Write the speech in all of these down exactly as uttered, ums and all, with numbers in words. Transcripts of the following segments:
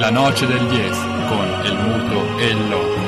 La noche del diez con El Muto e il Loco.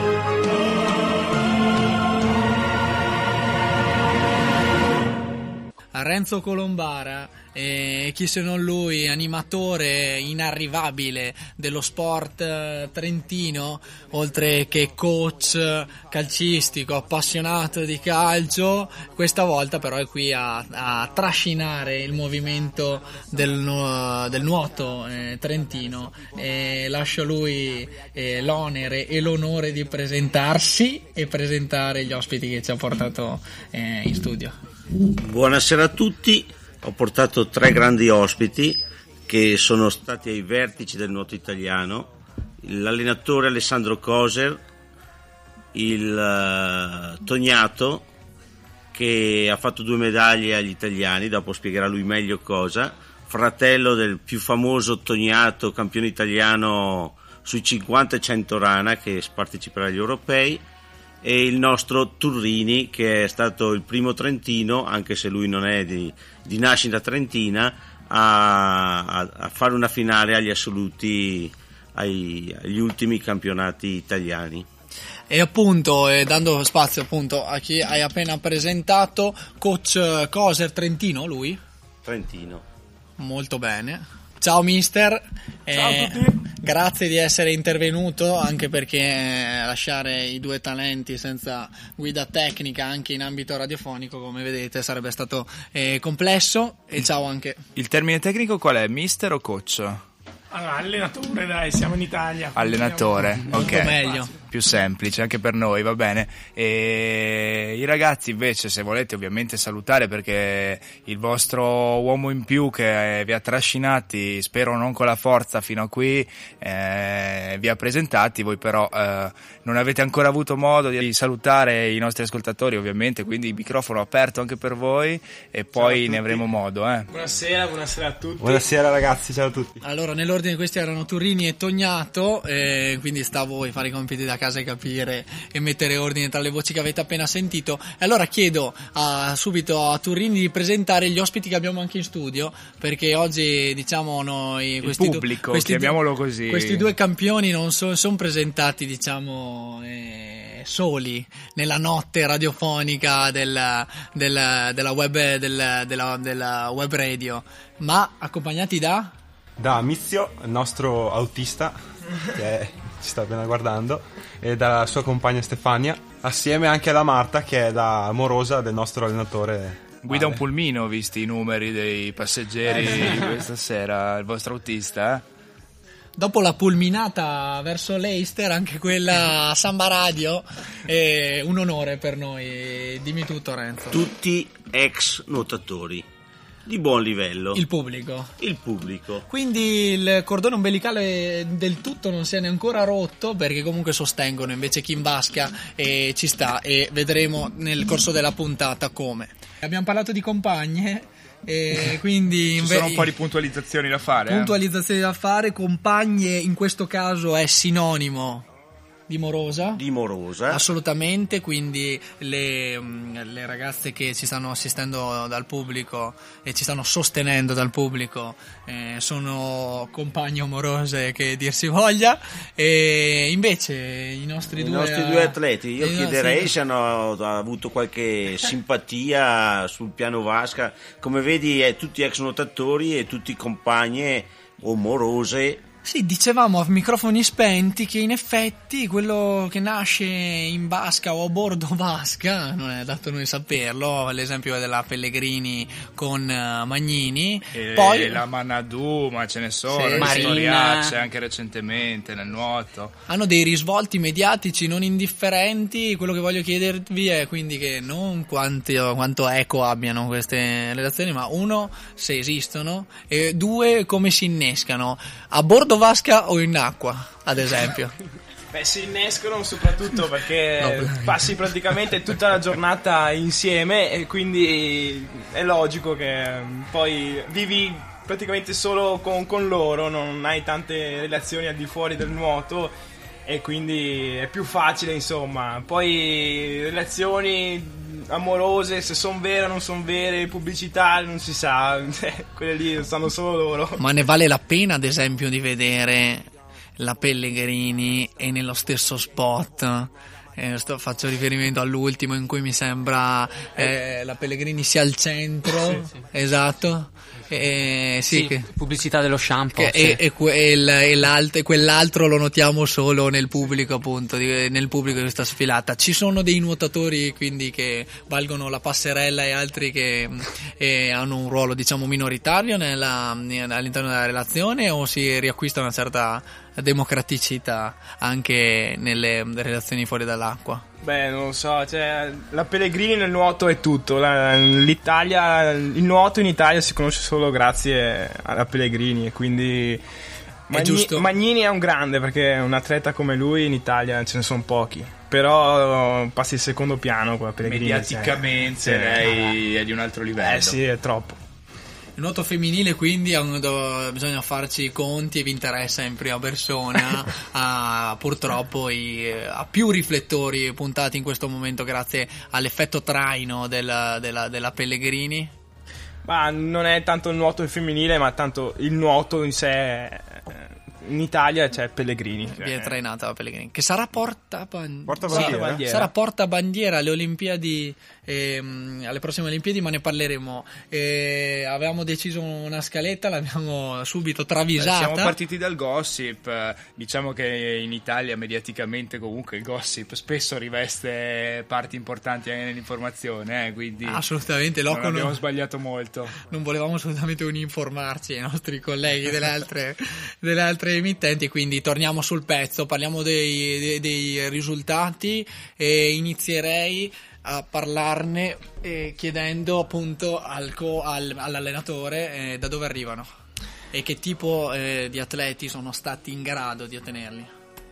Renzo Colombara, eh, chi se non lui, animatore inarrivabile dello sport eh, trentino, oltre che coach calcistico, appassionato di calcio, questa volta però è qui a, a trascinare il movimento del, nu- del nuoto eh, trentino. E lascio a lui eh, l'onere e l'onore di presentarsi e presentare gli ospiti che ci ha portato eh, in studio. Buonasera a tutti, ho portato tre grandi ospiti che sono stati ai vertici del nuoto italiano: l'allenatore Alessandro Coser, il uh, Tognato, che ha fatto due medaglie agli italiani, dopo spiegherà lui meglio cosa, fratello del più famoso Tognato, campione italiano sui cinquanta e cento rana, che parteciperà agli europei, e il nostro Turrini, che è stato il primo trentino, anche se lui non è di, di nascita trentina, a, a, a fare una finale agli assoluti, ai, agli ultimi campionati italiani. E appunto, eh, dando spazio appunto a chi hai appena presentato, coach Coser trentino, lui? Trentino. Molto bene. Ciao mister. Ciao eh, a tutti. Grazie di essere intervenuto, anche perché lasciare i due talenti senza guida tecnica anche in ambito radiofonico, come vedete, sarebbe stato eh, complesso. E ciao anche. Il termine tecnico qual è? Mister o coach? Allora, allenatore, dai, siamo in Italia. Allenatore, Molto ok. meglio. Più semplice anche per noi, va bene. E i ragazzi invece, se volete ovviamente salutare, perché il vostro uomo in più che vi ha trascinati, spero non con la forza fino a qui, eh, vi ha presentati, voi però eh, non avete ancora avuto modo di salutare i nostri ascoltatori ovviamente, quindi il microfono aperto anche per voi e poi ne avremo modo. Eh. Buonasera, buonasera a tutti. Buonasera ragazzi, ciao a tutti. Allora, nell'ordine questi erano Turrini e Tognato, eh, quindi sta a voi fare i compiti da casa e capire e mettere ordine tra le voci che avete appena sentito. E allora chiedo a, subito a Turrini di presentare gli ospiti che abbiamo anche in studio, perché oggi diciamo noi questi il pubblico, du- questi chiamiamolo du- così. Questi due campioni non sono son presentati diciamo eh, soli nella notte radiofonica del, del, della, web, del, della, della web radio, ma accompagnati da Da Mizio, il nostro autista che è, ci sta appena guardando, e dalla sua compagna Stefania, assieme anche alla Marta che è da amorosa del nostro allenatore. Guida Ale. un pulmino, visti i numeri dei passeggeri questa sera, il vostro autista, eh? Dopo la pulminata verso l'Eister, anche quella a Samba Radio, è un onore per noi. Dimmi tutto, Renzo. Tutti ex nuotatori di buon livello. Il pubblico. Il pubblico. Quindi il cordone ombelicale del tutto non si è ancora rotto, perché comunque sostengono invece chi in vasca e ci sta, e vedremo nel corso della puntata come. Abbiamo parlato di compagne. E quindi Ci sono un po' di puntualizzazioni da fare. puntualizzazioni da fare. Compagne in questo caso è sinonimo di morosa, Di morosa. assolutamente, quindi le, le ragazze che ci stanno assistendo dal pubblico e ci stanno sostenendo dal pubblico eh, sono compagne amorose, che dir si voglia. E invece i nostri I due nostri due atleti, io i chiederei nostri- se hanno avuto qualche simpatia sul piano vasca. Come vedi è tutti ex nuotatori e tutti compagne o morose. Sì, dicevamo a microfoni spenti che in effetti quello che nasce in vasca o a bordo vasca, non è dato noi saperlo, l'esempio della Pellegrini con uh, Magnini, E poi la Manadù, ma ce ne sono, Sì. le Marina. storiacce anche recentemente nel nuoto. hanno dei risvolti mediatici non indifferenti. Quello che voglio chiedervi è quindi che non quanti, quanto eco abbiano queste relazioni, ma uno, se esistono, e due, come si innescano, a bordo vasca o in acqua, ad esempio. Beh, si innescono soprattutto perché No. passi praticamente tutta la giornata insieme e quindi è logico che poi vivi praticamente solo con, con loro, non hai tante relazioni al di fuori del nuoto e quindi è più facile, insomma. Poi relazioni amorose, se sono vere o non sono vere, pubblicità non si sa, quelle lì lo sanno solo loro. Ma ne vale la pena, ad esempio, di vedere la Pellegrini è nello stesso spot. Eh, sto, faccio riferimento all'ultimo in cui mi sembra eh, la Pellegrini sia al centro, sì, sì. Esatto, eh, sì, sì, che, pubblicità dello shampoo, che, sì. e, e, quel, e, l'alt, e quell'altro lo notiamo solo nel pubblico, appunto, di, nel pubblico di questa sfilata. Ci sono dei nuotatori quindi che valgono la passerella e altri che eh, hanno un ruolo, diciamo, minoritario nella, all'interno della relazione, o si riacquista una certa democraticità anche nelle relazioni fuori dall'acqua? Beh, non lo so, cioè, la Pellegrini nel nuoto è tutto. La, l'Italia, il nuoto in Italia si conosce solo grazie alla Pellegrini, e quindi Magni, è Magnini è un grande, perché un atleta come lui in Italia ce ne sono pochi. Però passi il secondo piano con la Pellegrini. Mediaticamente cioè, lei sì. È di un altro livello. Eh sì, è troppo. Il nuoto femminile quindi bisogna farci i conti, e vi interessa in prima persona, ha purtroppo i, ha più riflettori puntati in questo momento grazie all'effetto traino della, della, della Pellegrini. Ma non è tanto il nuoto femminile, ma tanto il nuoto in sé. In Italia c'è Pellegrini, cioè. Viene trainata la Pellegrini, che sarà porta, ban- porta sì, bandiera. sarà porta bandiera alle Olimpiadi, ehm, alle prossime Olimpiadi, ma ne parleremo. Eh, avevamo deciso una scaletta, l'abbiamo subito travisata. Siamo partiti dal gossip, diciamo che in Italia mediaticamente comunque il gossip spesso riveste parti importanti anche nell'informazione, eh, quindi assolutamente non loco, abbiamo non, sbagliato molto. Non volevamo assolutamente uniformarci ai nostri colleghi delle altre, delle altre emittenti, quindi torniamo sul pezzo, parliamo dei, dei, dei risultati, e inizierei a parlarne eh, chiedendo appunto al co, al, all'allenatore eh, da dove arrivano e che tipo eh, di atleti sono stati in grado di ottenerli.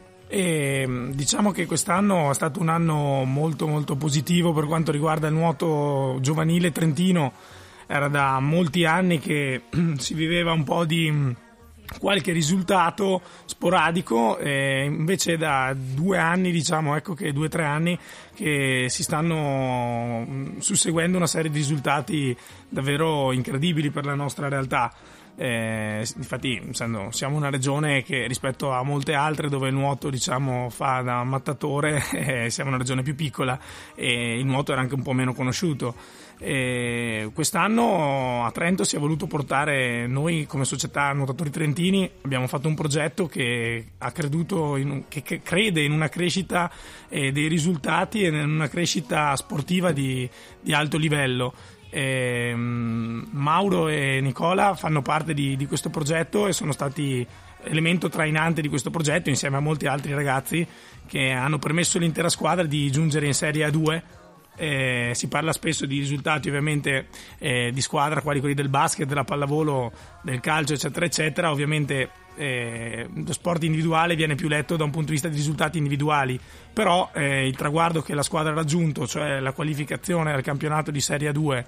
E diciamo che quest'anno è stato un anno molto molto positivo per quanto riguarda il nuoto giovanile trentino. Era da molti anni che si viveva un po' di qualche risultato sporadico, e invece da due anni, diciamo, ecco che due o tre anni che si stanno susseguendo una serie di risultati davvero incredibili per la nostra realtà. Eh, infatti siamo una regione che rispetto a molte altre dove il nuoto, diciamo, fa da mattatore, eh, siamo una regione più piccola e il nuoto era anche un po' meno conosciuto. E quest'anno a Trento si è voluto portare, noi come società nuotatori trentini abbiamo fatto un progetto che ha creduto in, che, che crede in una crescita eh, dei risultati e in una crescita sportiva di, di alto livello. E, um, Mauro e Nicola fanno parte di, di questo progetto e sono stati elemento trainante di questo progetto insieme a molti altri ragazzi che hanno permesso all'intera squadra di giungere in Serie A due. Eh, si parla spesso di risultati ovviamente eh, di squadra quali quelli del basket, della pallavolo, del calcio eccetera eccetera. Ovviamente eh, lo sport individuale viene più letto da un punto di vista di risultati individuali, però eh, il traguardo che la squadra ha raggiunto, cioè la qualificazione al campionato di Serie A due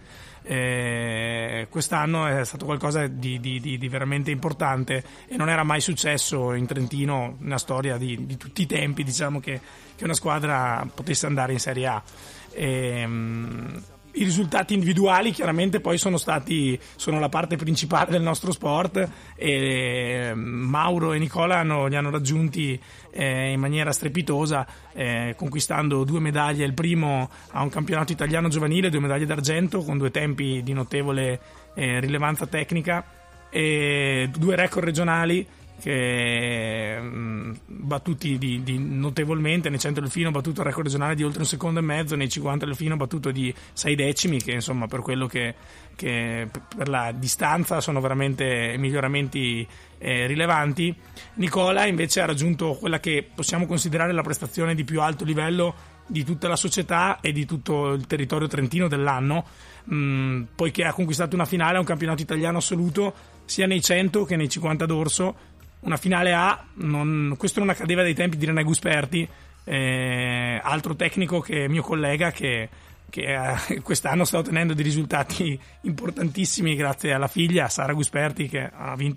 eh, quest'anno è stato qualcosa di, di, di, di veramente importante e non era mai successo in Trentino, nella storia di, di tutti i tempi, diciamo, che, che una squadra potesse andare in Serie A. E, um, i risultati individuali chiaramente poi sono stati sono la parte principale del nostro sport e Mauro e Nicola hanno, li hanno raggiunti eh, in maniera strepitosa, eh, conquistando due medaglie, il primo a un campionato italiano giovanile, due medaglie d'argento con due tempi di notevole eh, rilevanza tecnica e due record regionali che mh, battuti di, di notevolmente. Nei cento delfino ho battuto il record regionale di oltre un secondo e mezzo, nei cinquanta delfino ho battuto di sei decimi, che insomma per quello che, che per la distanza sono veramente miglioramenti eh, rilevanti. Nicola invece ha raggiunto quella che possiamo considerare la prestazione di più alto livello di tutta la società e di tutto il territorio trentino dell'anno, mh, poiché ha conquistato una finale a un campionato italiano assoluto sia nei cento che nei cinquanta d'orso. Una finale A, non, questo non accadeva dai tempi di René Gusperti, eh, altro tecnico che mio collega che, che eh, quest'anno sta ottenendo dei risultati importantissimi grazie alla figlia Sara Gusperti, che ha vinto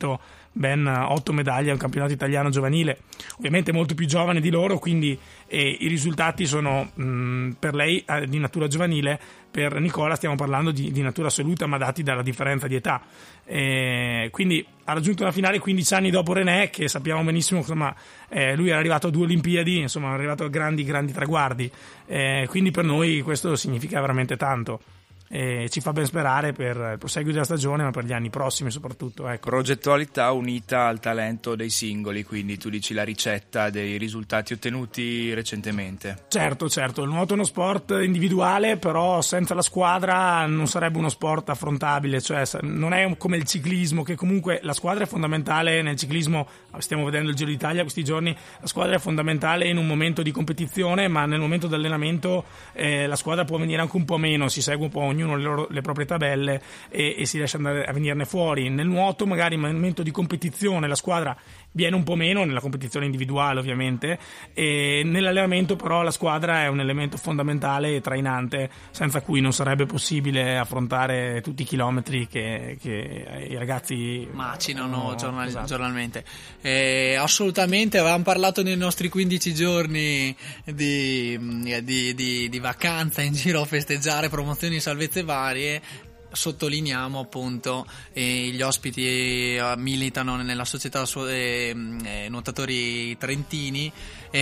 ben otto medaglie a un campionato italiano giovanile, ovviamente molto più giovane di loro, quindi eh, i risultati sono mh, per lei eh, di natura giovanile, per Nicola stiamo parlando di, di natura assoluta, ma dati dalla differenza di età. Eh, quindi ha raggiunto una finale quindici anni dopo René, che sappiamo benissimo, insomma, eh, lui era arrivato a due Olimpiadi, insomma, è arrivato a grandi grandi traguardi, eh, quindi per noi questo significa veramente tanto. E ci fa ben sperare per il proseguo della stagione, ma per gli anni prossimi soprattutto, ecco. Progettualità unita al talento dei singoli, quindi tu dici la ricetta dei risultati ottenuti recentemente. Certo, certo, il nuoto è uno sport individuale, però senza la squadra non sarebbe uno sport affrontabile, cioè non è come il ciclismo, che comunque la squadra è fondamentale nel ciclismo. Stiamo vedendo il Giro d'Italia questi giorni, la squadra è fondamentale in un momento di competizione, ma nel momento di allenamento eh, la squadra può venire anche un po' meno, si segue un po' ognuno le, loro, le proprie tabelle e, e si riesce ad andare a venirne fuori. Nel nuoto magari nel momento di competizione la squadra viene un po' meno, nella competizione individuale ovviamente, e nell'allenamento però la squadra è un elemento fondamentale e trainante, senza cui non sarebbe possibile affrontare tutti i chilometri che, che i ragazzi macinano no, giornal- esatto. giornalmente. Eh, assolutamente, avevamo parlato nei nostri quindici giorni di, di, di, di vacanza in giro a festeggiare, promozioni, salvezze varie. Sottolineiamo appunto eh, gli ospiti eh, militano nella società eh, eh, nuotatori trentini,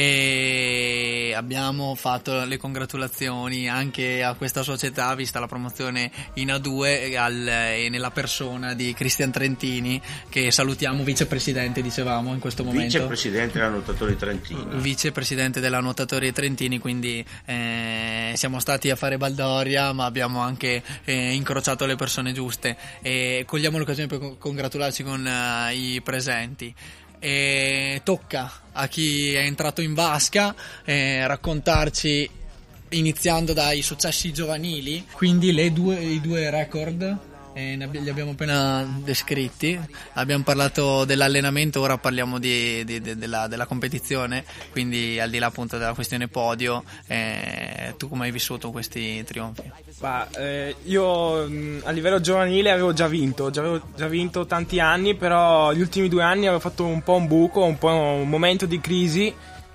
e abbiamo fatto le congratulazioni anche a questa società vista la promozione in A due al, e nella persona di Cristian Trentini, che salutiamo, vicepresidente dicevamo in questo momento, vicepresidente della nuotatori trentini vicepresidente della nuotatori trentini, quindi eh, siamo stati a fare baldoria, ma abbiamo anche eh, incrociato le persone giuste, e cogliamo l'occasione per congratularci con uh, i presenti. E tocca a chi è entrato in vasca eh, raccontarci, iniziando dai successi giovanili, quindi le due, i due record eh, li abbiamo appena descritti. Abbiamo parlato dell'allenamento, ora parliamo di, di, de, della, della competizione, quindi al di là appunto della questione podio, eh, tu come hai vissuto questi trionfi? Bah, eh, io mh, a livello giovanile avevo già vinto, già avevo già vinto tanti anni, però gli ultimi due anni avevo fatto un po' un buco, un po' un momento di crisi,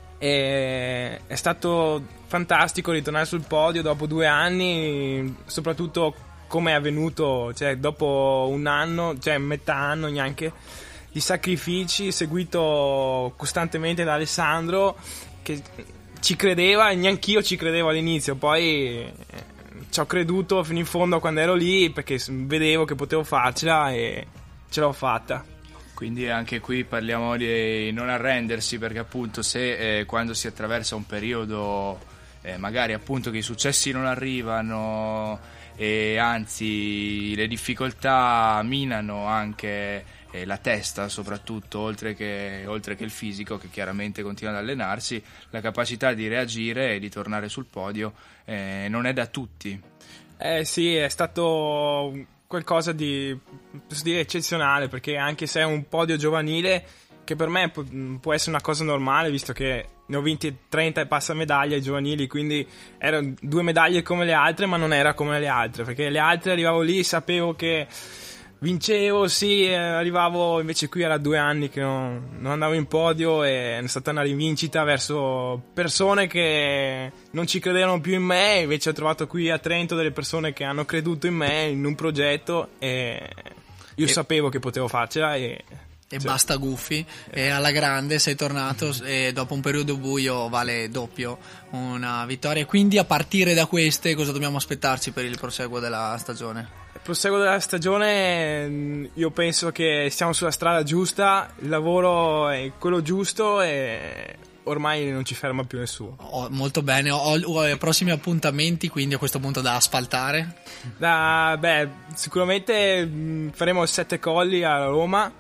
e è stato fantastico ritornare sul podio dopo due anni, soprattutto come è avvenuto, cioè dopo un anno, cioè metà anno neanche, di sacrifici, seguito costantemente da Alessandro, che ci credeva e neanch'io ci credevo all'inizio, poi ci ho creduto fino in fondo quando ero lì, perché vedevo che potevo farcela e ce l'ho fatta. Quindi anche qui parliamo di non arrendersi, perché appunto se eh, quando si attraversa un periodo eh, magari appunto che i successi non arrivano e anzi le difficoltà minano anche eh, la testa soprattutto, oltre che, oltre che il fisico, che chiaramente continua ad allenarsi, la capacità di reagire e di tornare sul podio eh, non è da tutti. Eh sì, è stato qualcosa di, posso dire, eccezionale, perché anche se è un podio giovanile, che per me può, può essere una cosa normale, visto che ne ho vinti trenta e passa medaglie ai giovanili, quindi erano due medaglie come le altre, ma non era come le altre, perché le altre arrivavo lì, sapevo che vincevo, sì, arrivavo, invece qui era due anni che non, non andavo in podio, e è stata una rivincita verso persone che non ci credevano più in me. Invece ho trovato qui a Trento delle persone che hanno creduto in me, in un progetto, e io e... sapevo che potevo farcela, e e cioè, basta Guffi, e alla grande sei tornato, e dopo un periodo buio vale doppio una vittoria. Quindi a partire da queste cosa dobbiamo aspettarci per il proseguo della stagione? Il proseguo della stagione, io penso che siamo sulla strada giusta, il lavoro è quello giusto e ormai non ci ferma più nessuno. Oh, molto bene, ho, ho prossimi appuntamenti quindi a questo punto da asfaltare? Da, beh, sicuramente mh, faremo sette colli a Roma,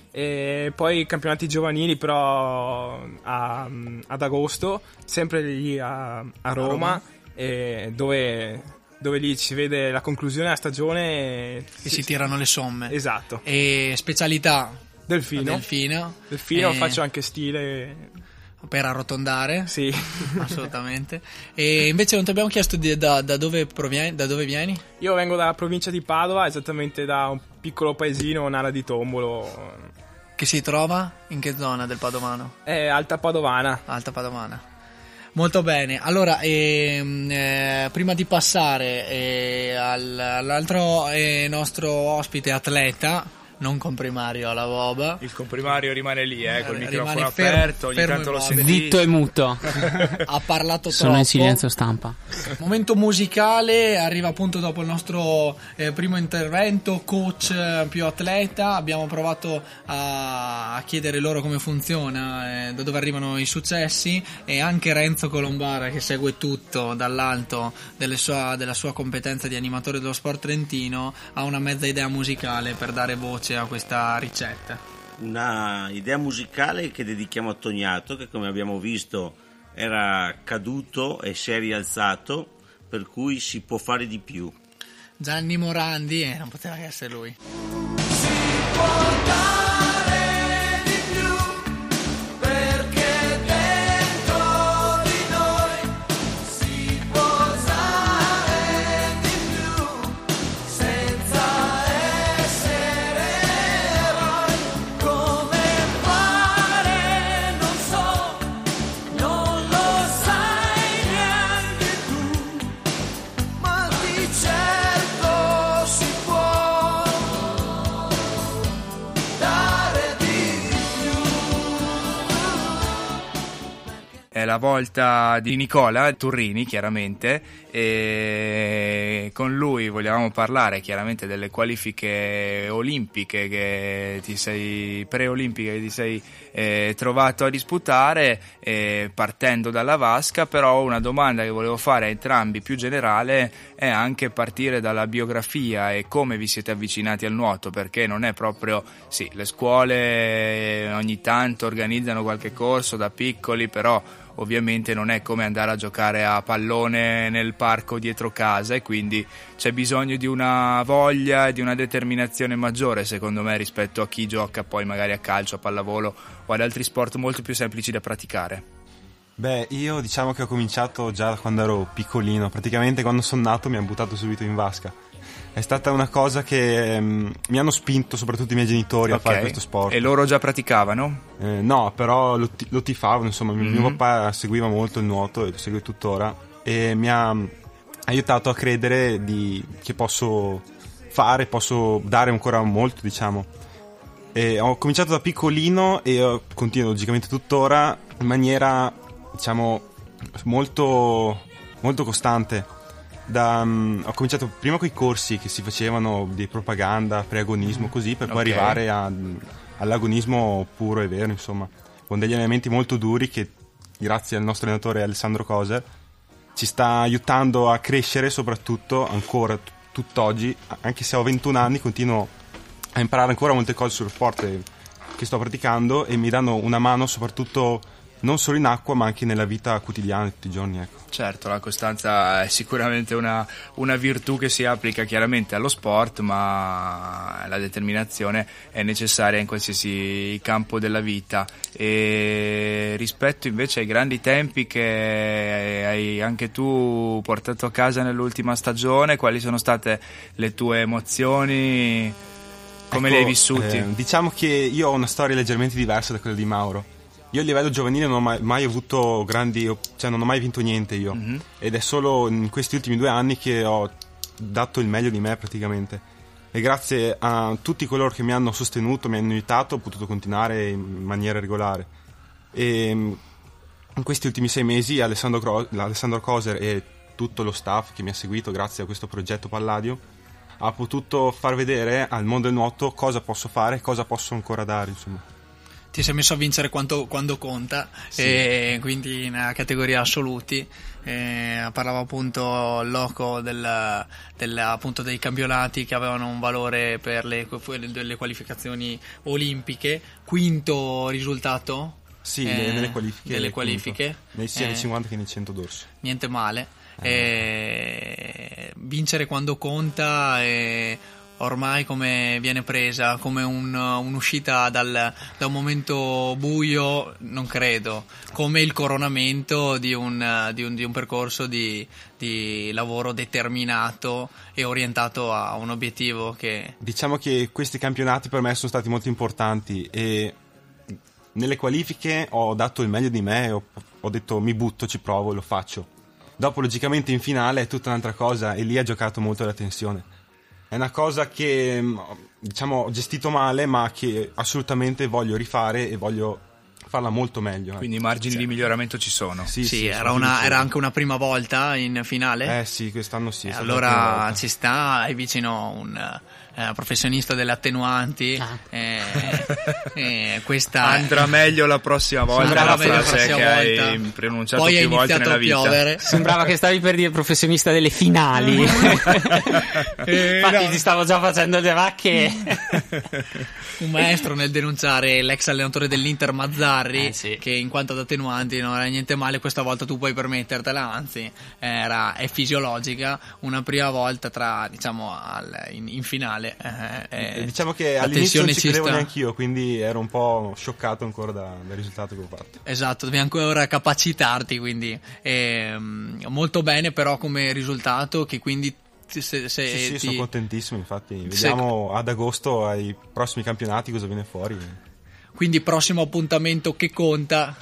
e poi i campionati giovanili però a, ad agosto, sempre lì a, a Roma, Roma. E dove, dove lì si vede la conclusione della stagione e si, si tirano le somme. Esatto. E specialità? Delfino. Delfino, Delfino, e... faccio anche stile per arrotondare? Sì. Assolutamente. E invece non ti abbiamo chiesto di, da, da dove provieni, da dove vieni? Io vengo dalla provincia di Padova, esattamente da un piccolo paesino, Nara di Tombolo. che si trova in che zona del Padovano? È Alta Padovana. Alta Padovana. Molto bene, allora ehm, eh, prima di passare eh, al, all'altro eh, nostro ospite atleta, non comprimario alla Boba. Il comprimario rimane lì, eh, col Rimane microfono fermo- aperto, ogni fermo tanto lo immobile. sentite. Zitto e muto. Ha parlato Sono troppo. in silenzio stampa. Momento musicale, arriva appunto dopo il nostro eh, primo intervento, coach eh, più atleta. Abbiamo provato a, a chiedere loro come funziona, eh, da dove arrivano i successi, e anche Renzo Colombara, che segue tutto dall'alto delle sua, della sua competenza di animatore dello sport trentino, ha una mezza idea musicale per dare voce a questa ricetta. Una idea musicale che dedichiamo a Toniato, che come abbiamo visto era caduto e si è rialzato, per cui si può fare di più. Gianni Morandi, eh, non poteva che essere lui. È la volta di Nicola Turrini, chiaramente, e con lui vogliamo parlare chiaramente delle qualifiche olimpiche che ti sei preolimpiche che ti sei eh, trovato a disputare, eh, partendo dalla vasca. Però una domanda che volevo fare a entrambi, più generale, è anche partire dalla biografia e come vi siete avvicinati al nuoto, perché non è proprio, sì, le scuole ogni tanto organizzano qualche corso da piccoli, però ovviamente non è come andare a giocare a pallone nel parco dietro casa, e quindi c'è bisogno di una voglia e di una determinazione maggiore, secondo me, rispetto a chi gioca poi magari a calcio, a pallavolo o ad altri sport molto più semplici da praticare. Beh, io diciamo che ho cominciato già da quando ero piccolino, praticamente quando sono nato mi hanno buttato subito in vasca. È stata una cosa che um, mi hanno spinto, soprattutto i miei genitori, Okay. a fare questo sport. E loro già praticavano? Eh, no, però lo, ti- lo tifavano, insomma, Mm-hmm. mio papà seguiva molto il nuoto e lo segue tuttora, e mi ha um, aiutato a credere di, che posso fare, posso dare ancora molto, diciamo. E ho cominciato da piccolino e ho- continuo logicamente tuttora in maniera, diciamo, molto, molto costante. Da, um, ho cominciato prima con i corsi che si facevano di propaganda, preagonismo, così, per poi Ok. arrivare a, all'agonismo puro e vero, insomma, con degli allenamenti molto duri che, grazie al nostro allenatore Alessandro Coser, ci sta aiutando a crescere, soprattutto ancora t- tutt'oggi, anche se ho ventuno anni, continuo a imparare ancora molte cose sullo sport che, che sto praticando, e mi danno una mano soprattutto non solo in acqua ma anche nella vita quotidiana, tutti i giorni, ecco. Certo, la costanza è sicuramente una, una virtù che si applica chiaramente allo sport, ma la determinazione è necessaria in qualsiasi campo della vita. E rispetto invece ai grandi tempi che hai anche tu portato a casa nell'ultima stagione, quali sono state le tue emozioni? Come Ecco, le hai vissuti? eh, diciamo che io ho una storia leggermente diversa da quella di Mauro. Io a livello giovanile non ho mai, mai avuto grandi, cioè non ho mai vinto niente io, Mm-hmm. ed è solo in questi ultimi due anni che ho dato il meglio di me praticamente, e grazie a tutti coloro che mi hanno sostenuto, mi hanno aiutato, ho potuto continuare in maniera regolare. E in questi ultimi sei mesi Alessandro, Cro- Alessandro Coser e tutto lo staff che mi ha seguito grazie a questo progetto Palladio ha potuto far vedere al mondo del nuoto cosa posso fare, cosa posso ancora dare, insomma. Ti sei messo a vincere quanto, quando conta, Sì. e quindi nella categoria assoluti. Eh, parlavo appunto loco del, del, appunto dei campionati che avevano un valore per le, le qualificazioni olimpiche. Quinto risultato? Sì, Eh, nelle qualifiche. delle appunto. qualifiche. Nei, sia Eh. nei cinquanta che nei cento d'orso. Niente male. Eh, vincere quando conta è ormai come viene presa? Come un, un'uscita dal, da un momento buio? Non credo. Come il coronamento di un, di un, di un percorso di, di lavoro determinato e orientato a un obiettivo che... Diciamo che questi campionati per me sono stati molto importanti e nelle qualifiche ho dato il meglio di me, ho, ho detto mi butto, ci provo e lo faccio. Dopo logicamente in finale è tutta un'altra cosa e lì ha giocato molto la tensione. È una cosa che, diciamo, ho gestito male, ma che assolutamente voglio rifare e voglio farla molto meglio. Quindi i margini sì. di miglioramento ci sono. Sì, sì, sì era, una, era anche una prima volta in finale? Eh sì, quest'anno sì. Allora ci sta, hai vicino un eh, professionista delle attenuanti. Ah. Eh, eh, questa Andrà meglio la prossima volta. Andrà la meglio la frase prossima che volta. hai pronunciato Poi più volte nella a vita. piovere. Sembrava che stavi per dire professionista delle finali. Eh, Infatti no. ti stavo già facendo le vacche. Un maestro nel denunciare l'ex allenatore dell'Inter Mazzarri, eh, sì. che in quanto ad attenuanti non era niente male, questa volta tu puoi permettertela, anzi era, è fisiologica, una prima volta tra, diciamo, al, in, in finale. Eh, E diciamo che la all'inizio non tensione ci ci credevo sta. neanche io, quindi ero un po' scioccato ancora da, dal risultato che ho fatto. Esatto, devi ancora capacitarti, quindi ehm, molto bene però come risultato, che quindi se, se Sì, sì, ti... sono contentissimo, infatti se- vediamo ad agosto ai prossimi campionati cosa viene fuori. Quindi prossimo appuntamento che conta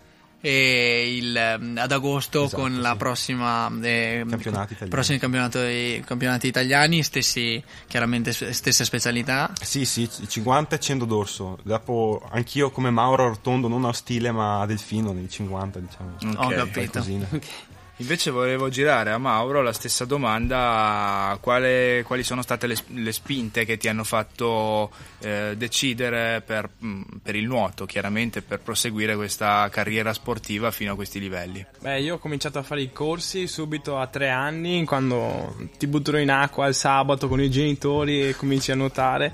e il, ehm, ad agosto Esatto, con la sì. prossima eh, Campionati italiani. prossimi campionati, campionati italiani, stessi chiaramente stesse specialità. Sì, sì, cinquanta e cento d'orso. Dopo anch'io come Mauro Rotondo, non a stile ma a delfino nei cinquanta, diciamo. Ho Ok, capito. Qualcosina. Invece volevo girare a Mauro la stessa domanda: quale, quali sono state le, le spinte che ti hanno fatto eh, decidere per, mh, per il nuoto, chiaramente per proseguire questa carriera sportiva fino a questi livelli? Beh, io ho cominciato a fare i corsi subito a tre anni, quando ti buttano in acqua il sabato con i genitori e cominci a nuotare.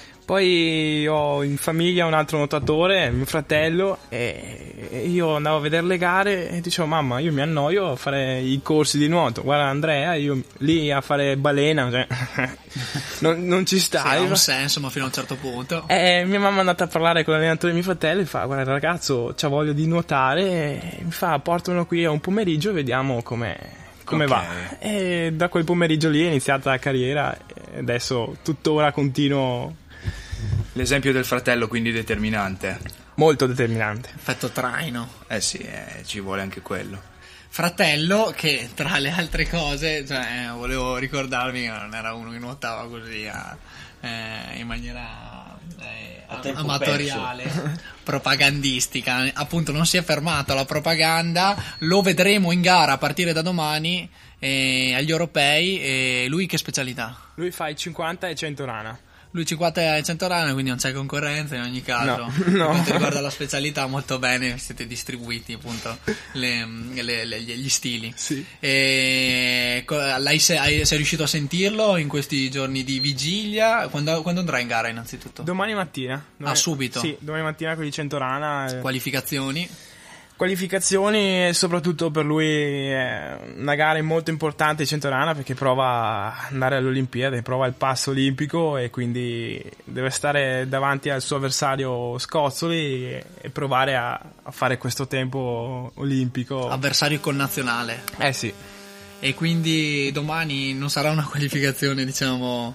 Poi ho in famiglia un altro nuotatore, mio fratello, e io andavo a vedere le gare e dicevo: mamma, io mi annoio a fare i corsi di nuoto, guarda Andrea, io lì a fare balena, cioè, non, non ci sta. Sì, ha un senso, ma fino a un certo punto. E mia mamma è andata a parlare con l'allenatore di mio fratello e fa: guarda il ragazzo c'ha voglia di nuotare, e mi fa: portamelo qui a un pomeriggio e vediamo come come Ok. va. E da quel pomeriggio lì è iniziata la carriera e adesso tuttora continuo. L'esempio del fratello quindi determinante. Molto determinante. Effetto traino. Eh sì, eh, ci vuole anche quello. Fratello che tra le altre cose, cioè, eh, volevo ricordarvi che non era uno che nuotava così a, eh, in maniera eh, A tempo amatoriale, propagandistica, appunto non si è fermato alla propaganda, lo vedremo in gara a partire da domani eh, agli europei. E lui che specialità? Lui fa i cinquanta e cento rana. Lui cinquanta e cento rane, quindi non c'è concorrenza in ogni caso. No, Per no. quanto riguarda la specialità, molto bene, siete distribuiti appunto le- le- le- gli stili. Sì. E co- lei se- hai- sei riuscito a sentirlo in questi giorni di vigilia? Quando, quando andrà in gara innanzitutto? Domani mattina. Domani- Ah, subito? Sì, domani mattina con i cento rana. eh. Qualificazioni? Qualificazioni, e soprattutto per lui è una gara molto importante il cento rana, perché prova a andare alle Olimpiadi, prova il passo olimpico e quindi deve stare davanti al suo avversario Scozzoli e, e provare a, a fare questo tempo olimpico. Avversario col nazionale. Eh sì. E quindi domani non sarà una qualificazione, diciamo,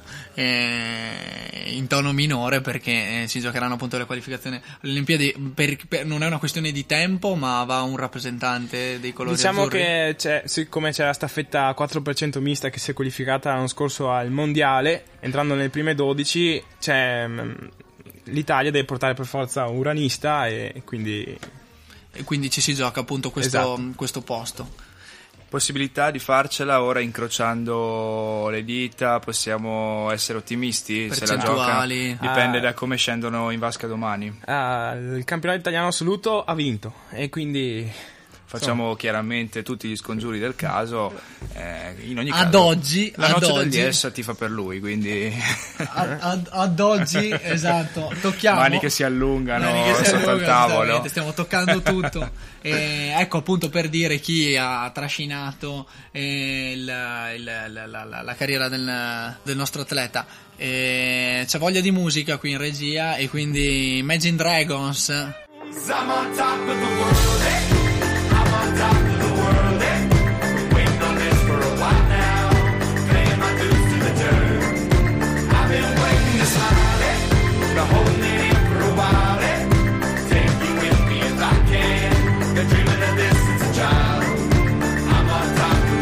eh, in tono minore, perché eh, si giocheranno appunto le qualificazioni alle Olimpiadi. Per, per- non è una questione di tempo, ma va un rappresentante dei colori Diciamo azzurri. che c'è, siccome c'è la staffetta quattro per cento mista che si è qualificata l'anno scorso al mondiale, entrando nelle prime dodici, c'è, mm, l'Italia deve portare per forza un ranista e quindi E quindi ci si gioca appunto questo, Esatto. questo posto. Possibilità di farcela ora incrociando le dita, possiamo essere ottimisti se la gioca, Percentuali. dipende Ah. da come scendono in vasca domani. ah, il campionato italiano assoluto ha vinto e quindi facciamo chiaramente tutti gli scongiuri del caso. Eh, in ogni ad caso, oggi, la ad noce oggi, del Dies tifa per lui, quindi ad, ad, ad oggi, esatto, tocchiamo mani che si allungano mani che si sotto allungano, il tavolo. esattamente, stiamo toccando tutto. E ecco, appunto, per dire chi ha trascinato eh, il, il, la, la, la, la carriera del, del nostro atleta. E c'è voglia di musica qui in regia, e quindi Imagine Dragons. I'm on top of the world, eh? I'm on top of the world, eh? Been waiting on this for a while now, paying my dues to the dirt. I've been waiting to smile, eh? Been holding it in for a while, eh? Take you with me if I can. Been dreaming of this since a child. I'm on top of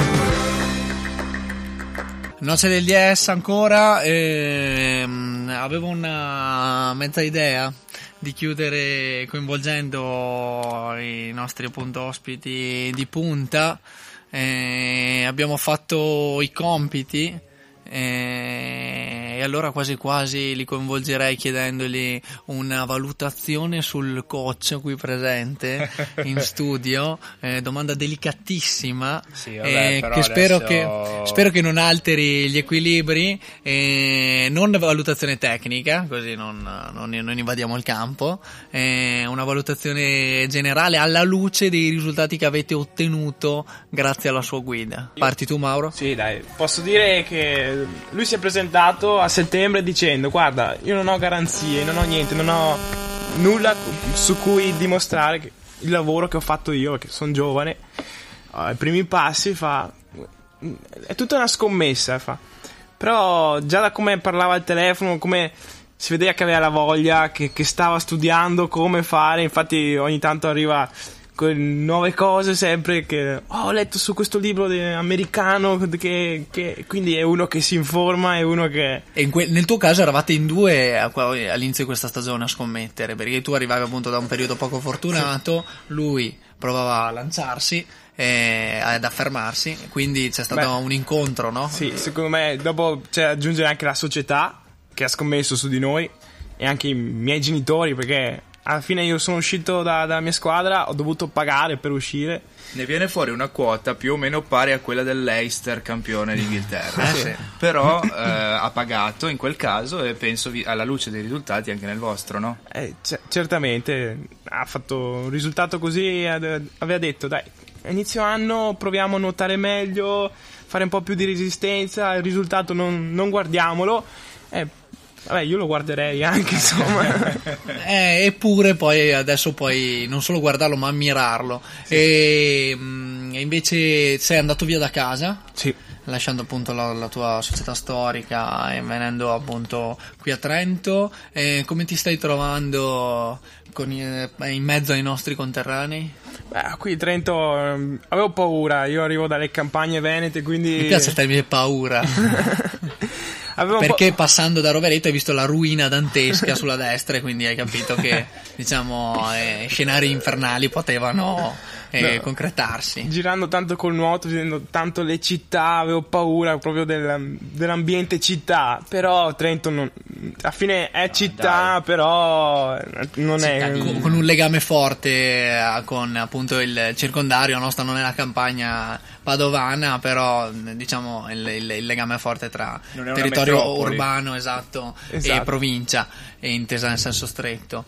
the world. Noce del Dies ancora. ehm, avevo una mezza idea di chiudere coinvolgendo i nostri appunto ospiti di punta. Eh, abbiamo fatto i compiti, eh, e allora quasi quasi li coinvolgerei chiedendogli una valutazione sul coach qui presente in studio. Eh, domanda delicatissima, Sì, vabbè, eh, però che spero, adesso- che spero che non alteri gli equilibri. Eh, non valutazione tecnica, così non, non, non invadiamo il campo. Eh, una valutazione generale alla luce dei risultati che avete ottenuto grazie alla sua guida. Parti tu, Mauro? Sì, dai, posso dire che lui si è presentato a settembre dicendo: guarda, io non ho garanzie, non ho niente, non ho nulla su cui dimostrare che il lavoro che ho fatto io, che sono giovane, ai primi passi, fa, è tutta una scommessa, fa. Però già da come parlava al telefono, come si vedeva che aveva la voglia, che, che stava studiando come fare. Infatti ogni tanto arriva con nuove cose, sempre che oh, ho letto su questo libro de- americano, che, che quindi è uno che si informa, è uno che... E in que- nel tuo caso eravate in due a- all'inizio di questa stagione a scommettere, perché tu arrivavi appunto da un periodo poco fortunato, lui provava a lanciarsi, eh, ad affermarsi, quindi c'è stato Beh, un incontro, no? Sì, secondo me dopo c'è da aggiungere anche la società che ha scommesso su di noi, e anche i miei genitori, perché alla fine io sono uscito da- dalla mia squadra, ho dovuto pagare per uscire. Ne viene fuori una quota più o meno pari a quella del Leicester campione d'Inghilterra. Eh, sì. Però eh, ha pagato in quel caso, e penso vi- alla luce dei risultati anche nel vostro, no? Eh, c- certamente ha fatto un risultato così, ad- aveva detto dai, inizio anno proviamo a nuotare meglio, fare un po' più di resistenza, il risultato non, non guardiamolo. Eh, vabbè, io lo guarderei anche, insomma. Eh, eppure poi adesso puoi non solo guardarlo ma ammirarlo. E, mh, e invece sei andato via da casa, Sì. lasciando appunto la, la tua società storica e venendo appunto qui a Trento. E come ti stai trovando con i- in mezzo ai nostri conterranei? Beh, qui a Trento ehm, avevo paura, io arrivo dalle campagne venete, quindi... Mi piace il termine paura. Avevo un po'- Perché passando da Rovereto hai visto la ruina dantesca sulla destra, e quindi hai capito che diciamo eh, scenari infernali potevano eh, No. concretarsi. girando tanto col nuoto, vedendo tanto le città, avevo paura proprio del- dell'ambiente città. Però Trento non, alla fine è città, però non è... Con, con un legame forte eh, con appunto il circondario. La nostra non è la campagna padovana, però diciamo il, il- il legame forte tra Non è una territorio metropoli. urbano, esatto, e Esatto. provincia, e intesa nel senso stretto.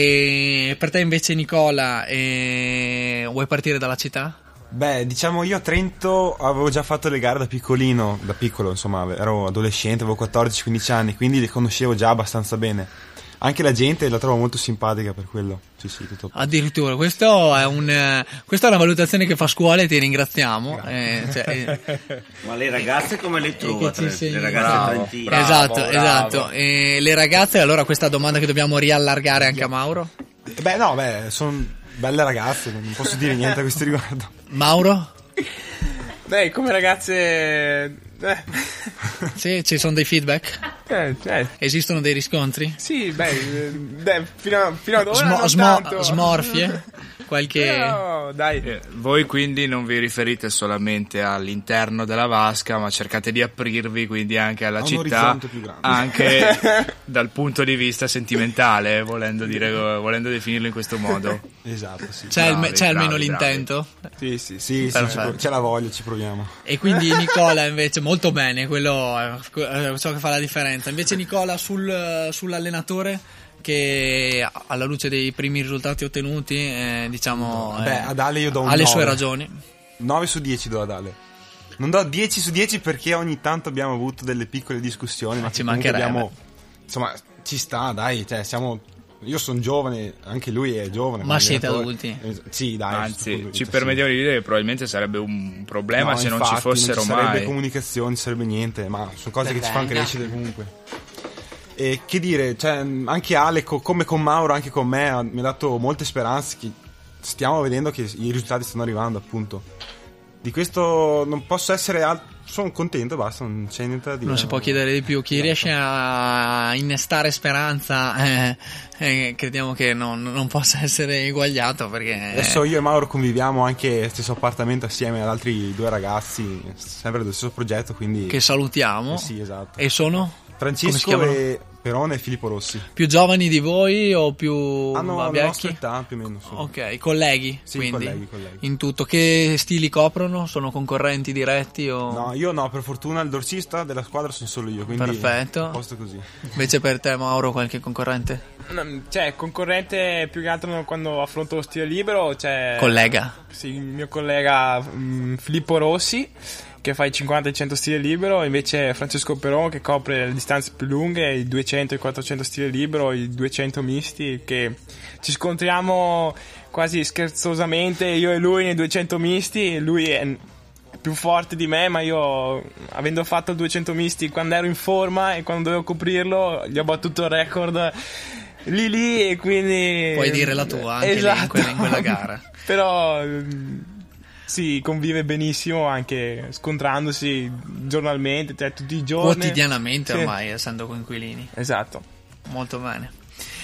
E per te invece, Nicola, eh, vuoi partire dalla città? Beh, diciamo, io a Trento avevo già fatto le gare da piccolino, da piccolo, insomma, ero adolescente, avevo quattordici quindici anni, quindi le conoscevo già abbastanza bene. Anche la gente la trovo molto simpatica per quello. Sì, sì, tutto. Addirittura, questo è un, eh, questa è una valutazione che fa scuola, e ti ringraziamo. Eh, cioè, eh, Ma le ragazze come le trova? che ci Tre- insegna. Le ragazze Bravo, trentine? bravo. esatto, bravo. esatto. E le ragazze, allora questa domanda che dobbiamo riallargare anche a Mauro. Beh, no, beh, sono belle ragazze, non posso dire niente a questo riguardo. Mauro? Beh, come ragazze... Eh, Sì, ci sono dei feedback? eh, eh, Esistono dei riscontri? sì, beh, eh, beh, fino, a, fino ad ora Smo- non smo- tanto. smorfie? qualche... Però, dai. Eh, voi quindi non vi riferite solamente all'interno della vasca, ma cercate di aprirvi quindi anche alla A un città, orizzonte più grande. anche dal punto di vista sentimentale, volendo dire, volendo definirlo in questo modo. Esatto, sì. C'è, il- Bravi, c'è almeno bravi, l'intento? Sì, sì, sì, sì, Perfetto. ci pro- c'è la voglia, ci proviamo. E quindi Nicola invece molto bene, quello è ciò che fa la differenza. Invece Nicola sul, sull'allenatore, che alla luce dei primi risultati ottenuti, eh, diciamo, Beh, eh, ad Ale io do un ha le sue nove. ragioni. nove su dieci do ad Ale. Non do dieci su dieci perché ogni tanto abbiamo avuto delle piccole discussioni, ma ci che comunque mancherebbe. abbiamo, insomma, ci sta, dai, cioè siamo, io sono giovane, anche lui è giovane. Ma siete allenatore. adulti? Eh, Sì, dai. Anzi, ci sì. permettiamo di dire che probabilmente sarebbe un problema No, se non infatti, ci fossero non ci sarebbe mai. comunicazione, non sarebbe niente, ma sono cose che ci fanno Venga. crescere comunque. E che dire, cioè, anche Ale, co- come con Mauro, anche con me, ha- mi ha dato molte speranze. Che stiamo vedendo che i risultati stanno arrivando, appunto. Di questo non posso essere al- sono contento, basta, non c'è niente da dire. Non si può chiedere di più. Chi riesce a innestare speranza, eh, eh, crediamo che non, non possa essere eguagliato, perché Adesso io e Mauro conviviamo anche nello stesso appartamento assieme ad altri due ragazzi, sempre dello stesso progetto, quindi... che salutiamo. Eh sì, esatto. E sono come si Francesco chiamano? e Perone e Filippo Rossi. Più giovani di voi o più Hanno la vecchi? nostra età più o meno. Sono. Ok, colleghi, Sì, quindi colleghi, colleghi. in tutto. Che stili coprono? Sono concorrenti diretti o No, io no, per fortuna il dorsista della squadra sono solo io, quindi Perfetto. a posto così. invece per te, Mauro, qualche concorrente? No, Cioè, concorrente più che altro quando affronto lo stile libero, c'è... Collega. Sì, il mio collega mm, Filippo Rossi, che fa i cinquanta e i cento stile libero, invece Francesco Peron, che copre le distanze più lunghe, i duecento e i quattrocento stile libero, i duecento misti, che ci scontriamo quasi scherzosamente io e lui nei duecento misti. Lui è più forte di me, ma io, avendo fatto il duecento misti quando ero in forma e quando dovevo coprirlo, gli ho battuto il record lì lì, e quindi Puoi dire la tua anche lì, in Esatto. quella- in quella gara. Però mm, si convive benissimo, anche scontrandosi giornalmente, cioè tutti i giorni, Quotidianamente Sì. ormai, essendo coinquilini. Esatto. Molto bene.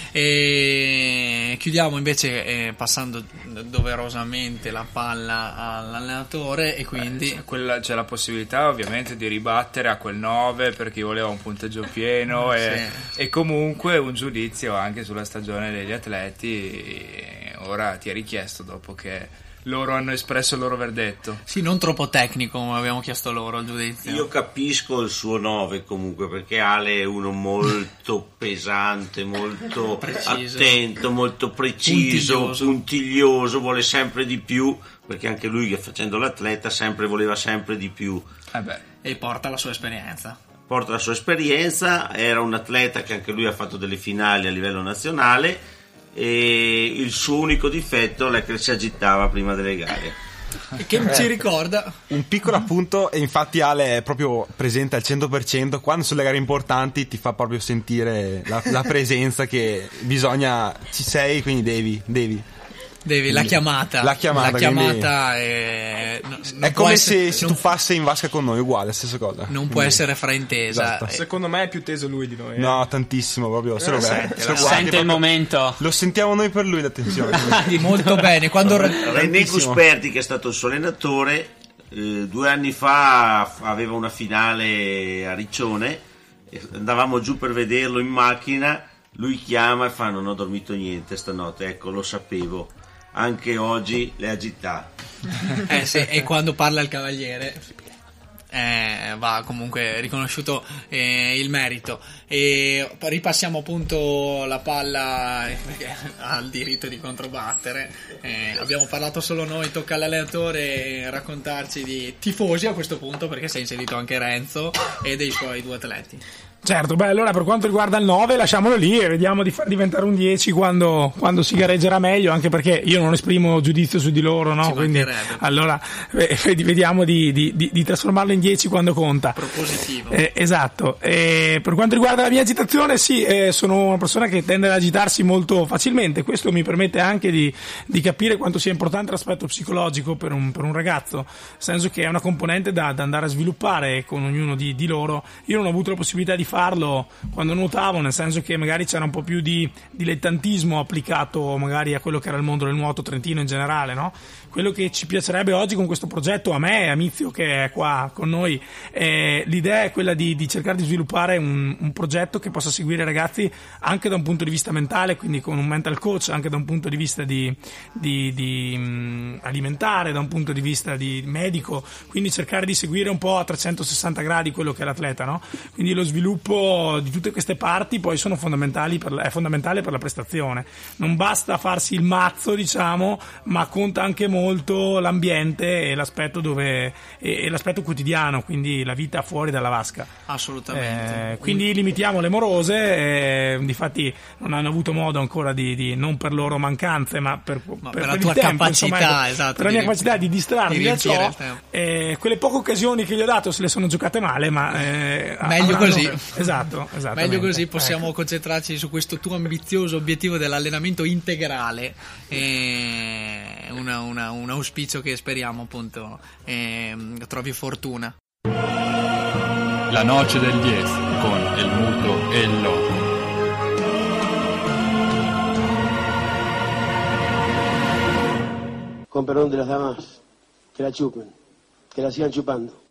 E chiudiamo invece eh, passando doverosamente la palla all'allenatore, e quindi C'è, quella- c'è la possibilità ovviamente di ribattere a quel nove per chi voleva un punteggio pieno e, e comunque un giudizio anche sulla stagione degli atleti. E ora ti è richiesto, dopo che loro hanno espresso il loro verdetto. sì, non troppo tecnico come abbiamo chiesto loro il giudizio. Io capisco il suo nove comunque, perché Ale è uno molto pesante, molto Preciso. attento, molto preciso, Puntiglioso. puntiglioso, vuole sempre di più, perché anche lui, facendo l'atleta, sempre voleva sempre di più. Eh beh, E porta la sua esperienza. Porta la sua esperienza, era un atleta che anche lui ha fatto delle finali a livello nazionale, e il suo unico difetto è che si agitava prima delle gare. E che ci ricorda Un piccolo appunto, e infatti Ale è proprio presente al cento per cento, quando sulle gare importanti ti fa proprio sentire la, la presenza che bisogna, ci sei, quindi devi, devi. Devi, la chiamata. La chiamata, La quindi- chiamata è, no- non È può come essere- se si non, tuffasse in vasca con noi, uguale, stessa cosa. non può Quindi- essere fraintesa. Esatto. Eh, Secondo me è più teso lui di noi. eh. No, tantissimo proprio. Se lo, sente, se lo la guardi Sente il proprio- momento. Lo sentiamo noi per lui, l'attenzione. Molto bene. Quando René Tantissimo. Gusperti, che è stato il suo allenatore, eh, due anni fa f- aveva una finale a Riccione, e andavamo giù per vederlo in macchina, lui chiama e fa: non ho dormito niente stanotte, ecco, lo sapevo, anche oggi le agità. Eh sì, e quando parla il cavaliere eh, va comunque riconosciuto eh, il merito. E ripassiamo appunto la palla, eh, perché ha il diritto di controbattere. Eh, abbiamo parlato solo noi, tocca all'allenatore raccontarci di tifosi a questo punto, perché si è inserito anche Renzo e dei suoi due atleti. Certo, beh, allora per quanto riguarda il nove lasciamolo lì e vediamo di far diventare un dieci quando, quando si gareggerà meglio, anche perché io non esprimo giudizio su di loro, no? Ci Quindi mancherebbe. allora eh, vediamo di, di, di, di trasformarlo in dieci quando conta. Propositivo. Eh, esatto. E per quanto riguarda la mia agitazione, sì, eh, sono una persona che tende ad agitarsi molto facilmente. Questo mi permette anche di, di capire quanto sia importante l'aspetto psicologico per un, per un ragazzo, nel senso che è una componente da, da andare a sviluppare con ognuno di, di loro. Io non ho avuto la possibilità di farlo quando nuotavo, nel senso che magari c'era un po' più di dilettantismo applicato magari a quello che era il mondo del nuoto trentino in generale, no? Quello che ci piacerebbe oggi con questo progetto, a me e a Mizio che è qua con noi, eh, l'idea è quella di, di cercare di sviluppare un, un progetto che possa seguire i ragazzi anche da un punto di vista mentale, quindi con un mental coach, anche da un punto di vista di, di, di mh, alimentare, da un punto di vista di medico, quindi cercare di seguire un po' a trecentosessanta gradi quello che è l'atleta, no? Quindi lo sviluppo di tutte queste parti poi sono fondamentali per, è fondamentale per la prestazione. Non basta farsi il mazzo, diciamo, ma conta anche molto l'ambiente e l'aspetto dove e, e l'aspetto quotidiano, quindi la vita fuori dalla vasca. Assolutamente. Eh, quindi limitiamo le morose, eh, difatti non hanno avuto modo ancora di, di non per loro mancanze, ma per, Ma per, per la per tua il tempo, capacità, insomma, ecco, esatto, per la mia di capacità di distrarmi di da riempire ciò, il tempo. eh, quelle poche occasioni che gli ho dato se le sono giocate male, ma eh, Meglio avranno- così. Esatto, esattamente. Meglio così, possiamo Ecco. concentrarci su questo tuo ambizioso obiettivo dell'allenamento integrale. E una- una- un auspicio che speriamo appunto ehm, trovi fortuna. La noce del diez con el muto e el loco. Con perdón de las damas, que la chupen, que la sigan chupando.